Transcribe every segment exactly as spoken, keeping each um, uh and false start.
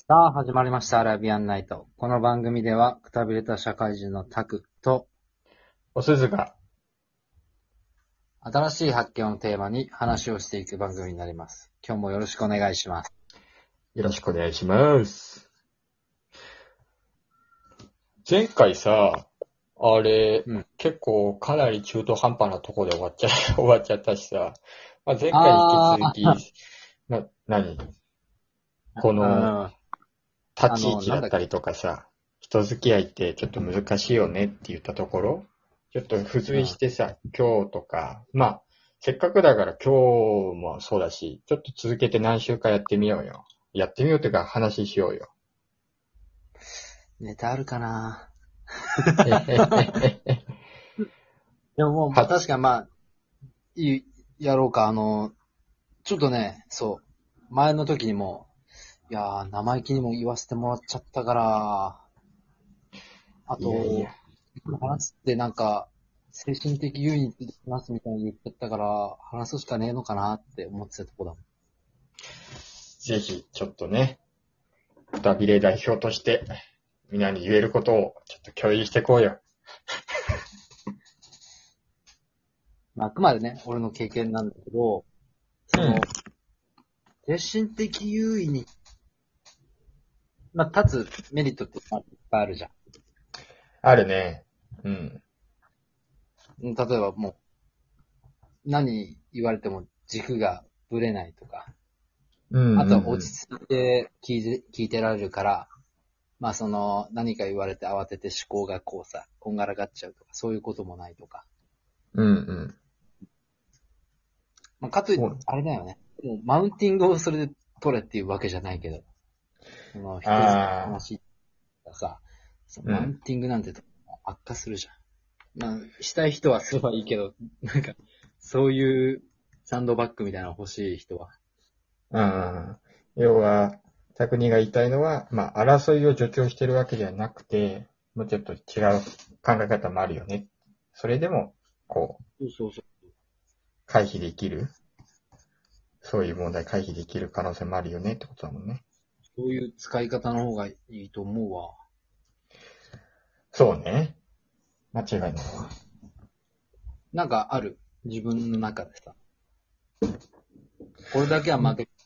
さあ、始まりました。アラビアンナイト。この番組では、くたびれた社会人のタクと、 おすずが、 新しい発見をテーマに話をしていく番組になります。今日もよろしくお願いします。 よろしくお願いします。前回さ、あれ、 うん。 結構かなり中途半端なとこで終わっちゃ、終わっちゃったしさ、まあ、前回に引きあ続き、 ー、 な、何こうのん。あの、 立ち位置なんだっけ。 だったりとかさ、人付き合いってちょっと難しいよねって言ったところ、ちょっと付うん。 随してさ、今日とか、まあ、せっかくだから今日もそうだし、ちょっと続けて何週かやってみようよ。やってみようというか話しようよ。 ネタあるかな。 へへへへ。 でももう、 は、 確かにまあ、いい、やろうか。あの、ちょっとね、そう。前の時にも、いやー、生意気にも言わせてもらっちゃったから、あと、 いやいや。 話すってなんか、精神的優位に話すみたいに言ってたから、話すしかねえのかなって思ってたとこだもん。 ぜひ、ちょっとね、くたびれ代表として、みんなに言えることをちょっと共有していこうよ。 まあ、あくまでね、俺の経験なんだけど、その、精神的優位に、まあ、立つメリットってまあいっぱいあるじゃあるね。うん。 ん。例えばもう、何言われても軸がぶれないとか、 うんうんあとはうん。 落ち着いて聞いて、聞いてられるから、まあその、何か言われて慌てて思考がこうさ、こんがらがっちゃうとか、そういうこともないとか。 うんうん。 まあ、かといって、 そう。 あれだよね。もうマウンティングをそれで取れっていうわけじゃないけど、その人付きのああ、 話がさ、そのうん。 マウンティングなんてと悪化するじゃん。まあ、したい人はすればいいけど、なんか、そういうサンドバッグみたいなの欲しい人は。 ああ、要は、拓海が言いたいのは、まあ、争いを助長してるわけではなくて、もうちょっと違う考え方もあるよね。それでも、こう、 そうそうそう。 回避できる。そういう問題回避できる可能性もあるよねってことだもんね。 そういう使い方の方がいいと思うわ。 そうね。間違いないわ。 なんかある。自分の中でさ。これだけは負け、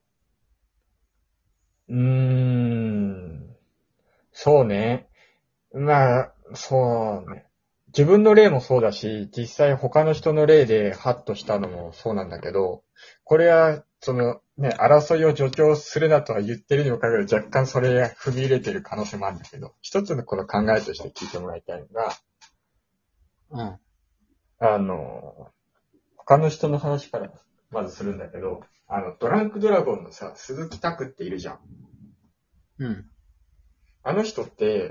うーん。そうね。まあ、そうね。自分の例もそうだし、実際他の人の例でハッとしたのもそうなんだけど、これは、そのね、争いを助長するなとは言ってるにもかかわらず若干それ踏み入れてる可能性もあるんだけど、一つのこの考えとして聞いてもらいたいのが、 うん。 あの、他の人の話からまずするんだけど、あの、ドランクドラゴンのさ、鈴木拓っているじゃん。 うん。 あの人って、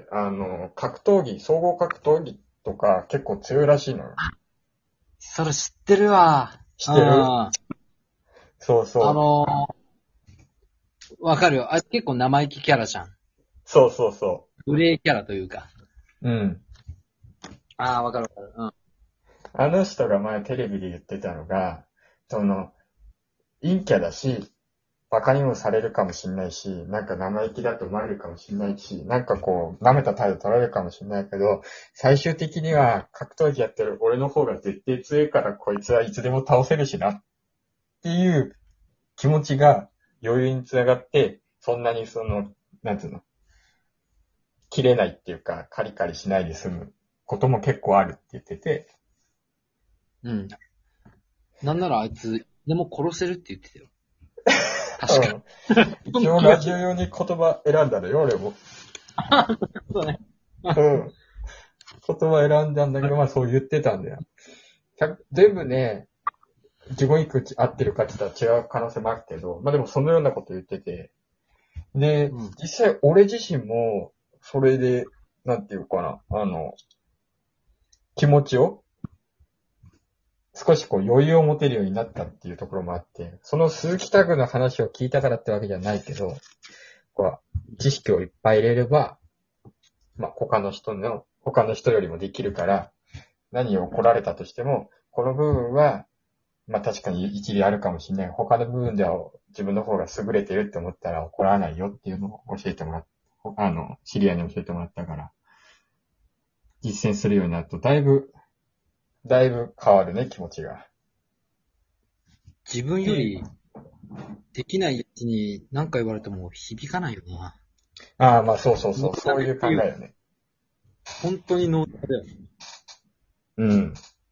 あの、格闘技、総合格闘技とか結構強いらしいのよ。 それ知ってるわ。うん。 知ってる？ あそうそう。 のー、わかるよ。あ、結構生意気キャラじゃん。 そうそうそグレーキャラというか。 う。うん。 ああ、わかるわかる。うん。 あの人が前テレビで言ってたのが、その、陰キャだし、馬鹿にもされるかもしんないし、なんか生意気だと思われるかもしんないし、なんかこう、舐めた態度取られるかもしんないけど、最終的には格闘技やってる俺の方が絶対強いからこいつはいつでも倒せるしなっていう気持ちが余裕につながって、そんなにその、なんつうの、切れないっていうか、カリカリしないで済むことも結構あるって言ってて、 うん。なんならあいつ、でも殺せるって言ってたよ。確かうん。一応ラジオ用に言葉選んだのよ、俺も。 そうね。 うん。言葉選んだんだけど、まあそう言ってたんだよ。全部ね、自分いくつ合ってるかって言ったら違う可能性もあるけど、まあでもそのようなこと言ってて。で、 うん。 実際俺自身も、それで、なんていうかな、あの、気持ちを少しこう余裕を持てるようになったっていうところもあって、その鈴木タグの話を聞いたからってわけじゃないけど、こう知識をいっぱい入れれば、まあ他の人の、他の人よりもできるから、何を怒られたとしても、この部分はまあ確かに一理あるかもしれない。他の部分では自分の方が優れてるって思ったら怒らないよっていうのを教えてもらっあの、知り合いに教えてもらったから、実践するようになると、だいぶ、だいぶ変わるね、気持ちが。 自分よりできないやつに何か言われても響かないよな。 ああ、まあそうそうそう、 ノーそういうダメっていう、 考えよね。 本当にノーダメだよ。 うん。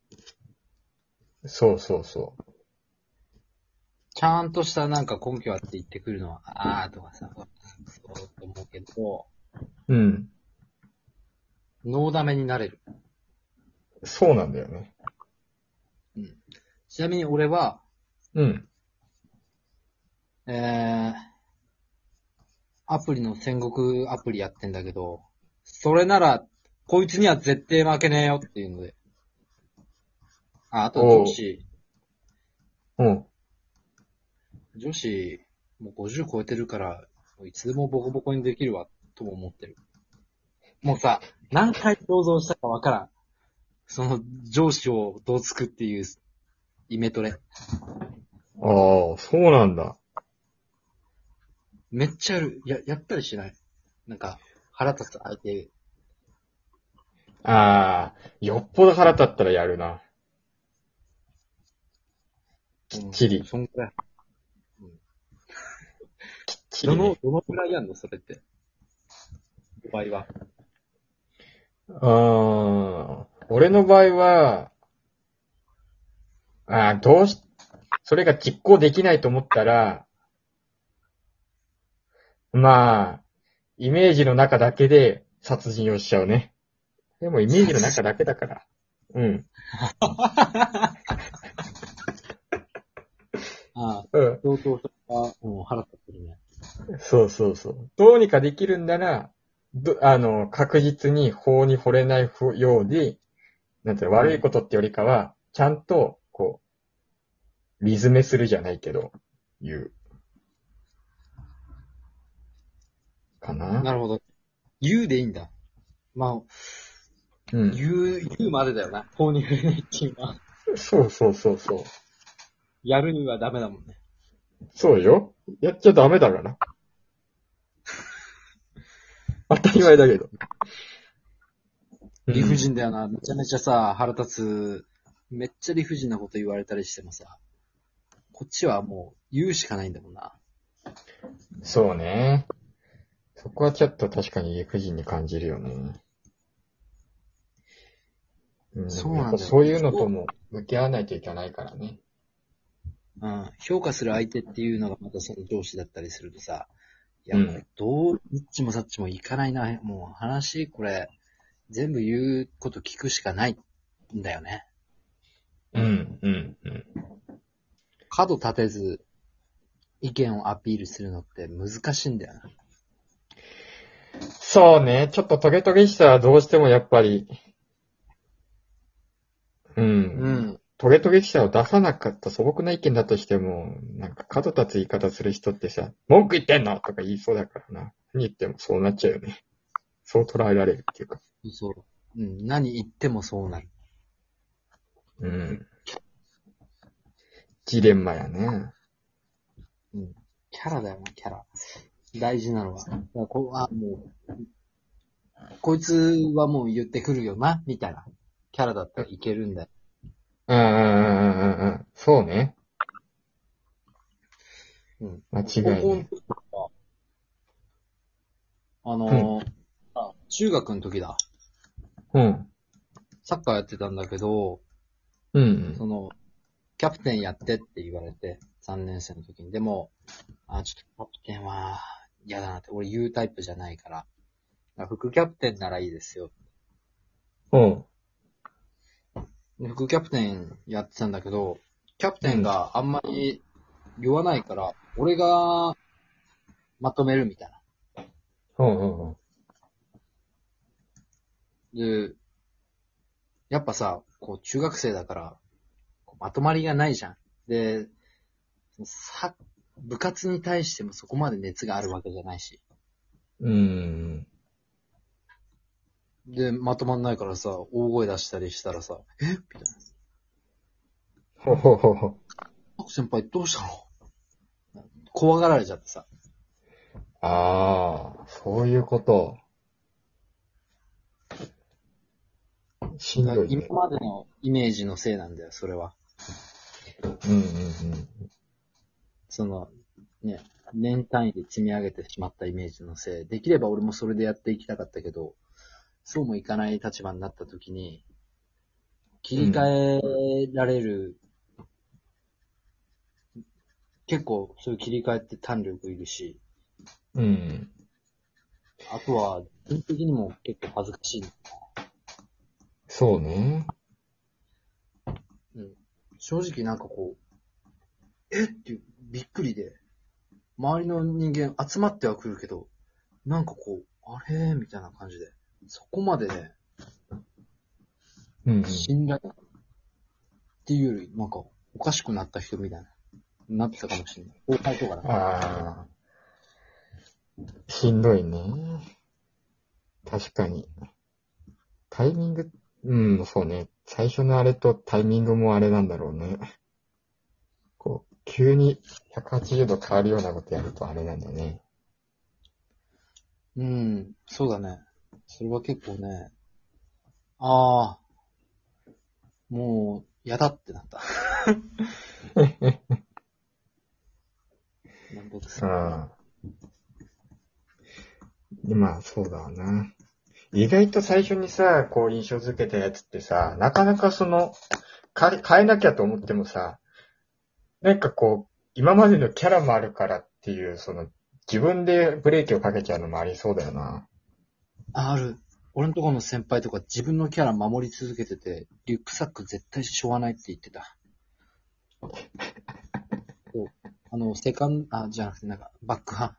そうそうそちゃんとしたなんか根拠あって言ってくるのは、あーとかさ、そうと思うけど、 う。うん。 ノーダメになれる。 そうなんだよね。 うん。ちなみに俺は、 うん。 えー、アプリの戦国アプリやってんだけど、それなら、こいつには絶対負けねえよっていうので。あ、あと女おう。 子、 うん。 女子、もうごじゅう超えてるから、もういつでもボコボコにできるわ、とも思ってる。もうさ、何回想像したかわからん。その上司をどうつくっていうイメトレ。 ああ、そうなんだ。 めっちゃある。や、やったりしないなんか、腹立つ相手。 ああ、よっぽど腹立ったらやるな。きっちうん、 り。 そんくらい。うん、 きっちどの、 りね。 どのくらいやんのそれって。場合は。 ああ、俺の場合は、ああ、どうし、それが実行できないと思ったら、まあ、イメージの中だけで殺人をしちゃうね。でもイメージの中だけだから。うん。 ああ、 うん。 相当それは、もう腹立ってるね。 そうそうそう。どうにかできるんなら、ど、あの、確実に法に惚れないようで、なんていうの、悪いことってよりかは、ちゃんと、こう、リズメするじゃないけど、言う、かな。 なるほど。言うでいいんだ。まあ、 うん。 言う、言うまでだよな。法に触れないっていうのは。 そうそうそうそう。 やるにはダメだもんね。 そうよ。やっちゃダメだから。当たり前だけど。う理不ん。 尽だよな。めちゃめちゃさ、腹立つ。めっちゃ理不尽なこと言われたりしてもさ、こっちはもう言うしかないんだもんな。 そうね。そこはちょっと確かに理不尽に感じるよね。うん、でもやっぱそうなんだよ。 そういうのとも向き合わないといけないからね。 うん、評価する相手っていうのがまたその上司だったりするとさ、いや、これうん。 どう、ニッチもサッチもいかないな。もう話、これ、全部言うこと聞くしかないんだよね。 うん、うん、うん。 角立てず、意見をアピールするのって難しいんだよな。 そうね。ちょっとトゲトゲしたらどうしてもやっぱり、うん。 うん。 トゲトゲしたを出さなかった素朴な意見だとしても、なんか角立つ言い方する人ってさ、文句言ってんのとか言いそうだからな。何言ってもそうなっちゃうよね。そう捉えられるっていうか。 そう。うん。何言ってもそうなる。 うん。ジレンマやね。 うん。キャラだよな、キャラ。大事なのは。だからこあ、もう、こいつはもう言ってくるよな、みたいな。キャラだったらいけるんだよ。 うんうんうんうんうん。そうね。 うん。 間高校の違いね。 時とか、あうん。 のーあ、中学の時だ。 うん。 サッカーやってたんだけど、 うん。 その、キャプテンやってって言われて、さんねん生の時に。でも、あ、ちょっとキャプテンは嫌だなって、俺言うタイプじゃないから、あ副キャプテンならいいですよ。 うん。 で副キャプテンやってたんだけど、キャプテンうん。 があんまり言わないから、俺がまとめるみたいな。 うんうんうん。 で、やっぱさ、こう中学生だから、こうまとまりがないじゃん。で、さ、部活に対してもそこまで熱があるわけじゃないし。 うん。 で、まとまんないからさ、大声出したりしたらさ、えみたいほほほほ。 先輩どうしたの？怖がられちゃってさ。 ああ、そういうこと。しんどい今ね。 までのイメージのせいなんだよ、それは。 うんうんうん。 その、ね、年単位で積み上げてしまったイメージのせい。できれば俺もそれでやっていきたかったけど、そうもいかない立場になった時に、切り替えられる、結構そういう切り替えって胆力いるし、 うん。 あとは、人的にも結構恥ずかしい。 そうね。 うん。正直なんかこう、えっていう、びっくりで、周りの人間集まってはくるけど、なんかこう、あれみたいな感じで、そこまでね、 うんうん。 信頼っていうより、なんか、おかしくなった人みたいな、なってたかもしれない。後輩とかだ。 ああ、しんどいね。確かに。タイミング、うん、そうね。最初のあれとタイミングもあれなんだろうね。こう、急にひゃくはちじゅうど変わるようなことやるとあれなんだね。 うん、そうだね。それは結構ね、ああ、もう、嫌だってなった。めんどくさい。 ああ。で、まあ、そうだわな。意外と最初にさ、こう印象づけたやつってさ、なかなかその、か変えなきゃと思ってもさ、なんかこう、今までのキャラもあるからっていう、その、自分でブレーキをかけちゃうのもありそうだよな。 あある。俺のところの先輩とか自分のキャラ守り続けてて、リュックサック絶対しょわないって言ってた。そう。あの、セカン、あ、じゃなくてなんか、バックハン。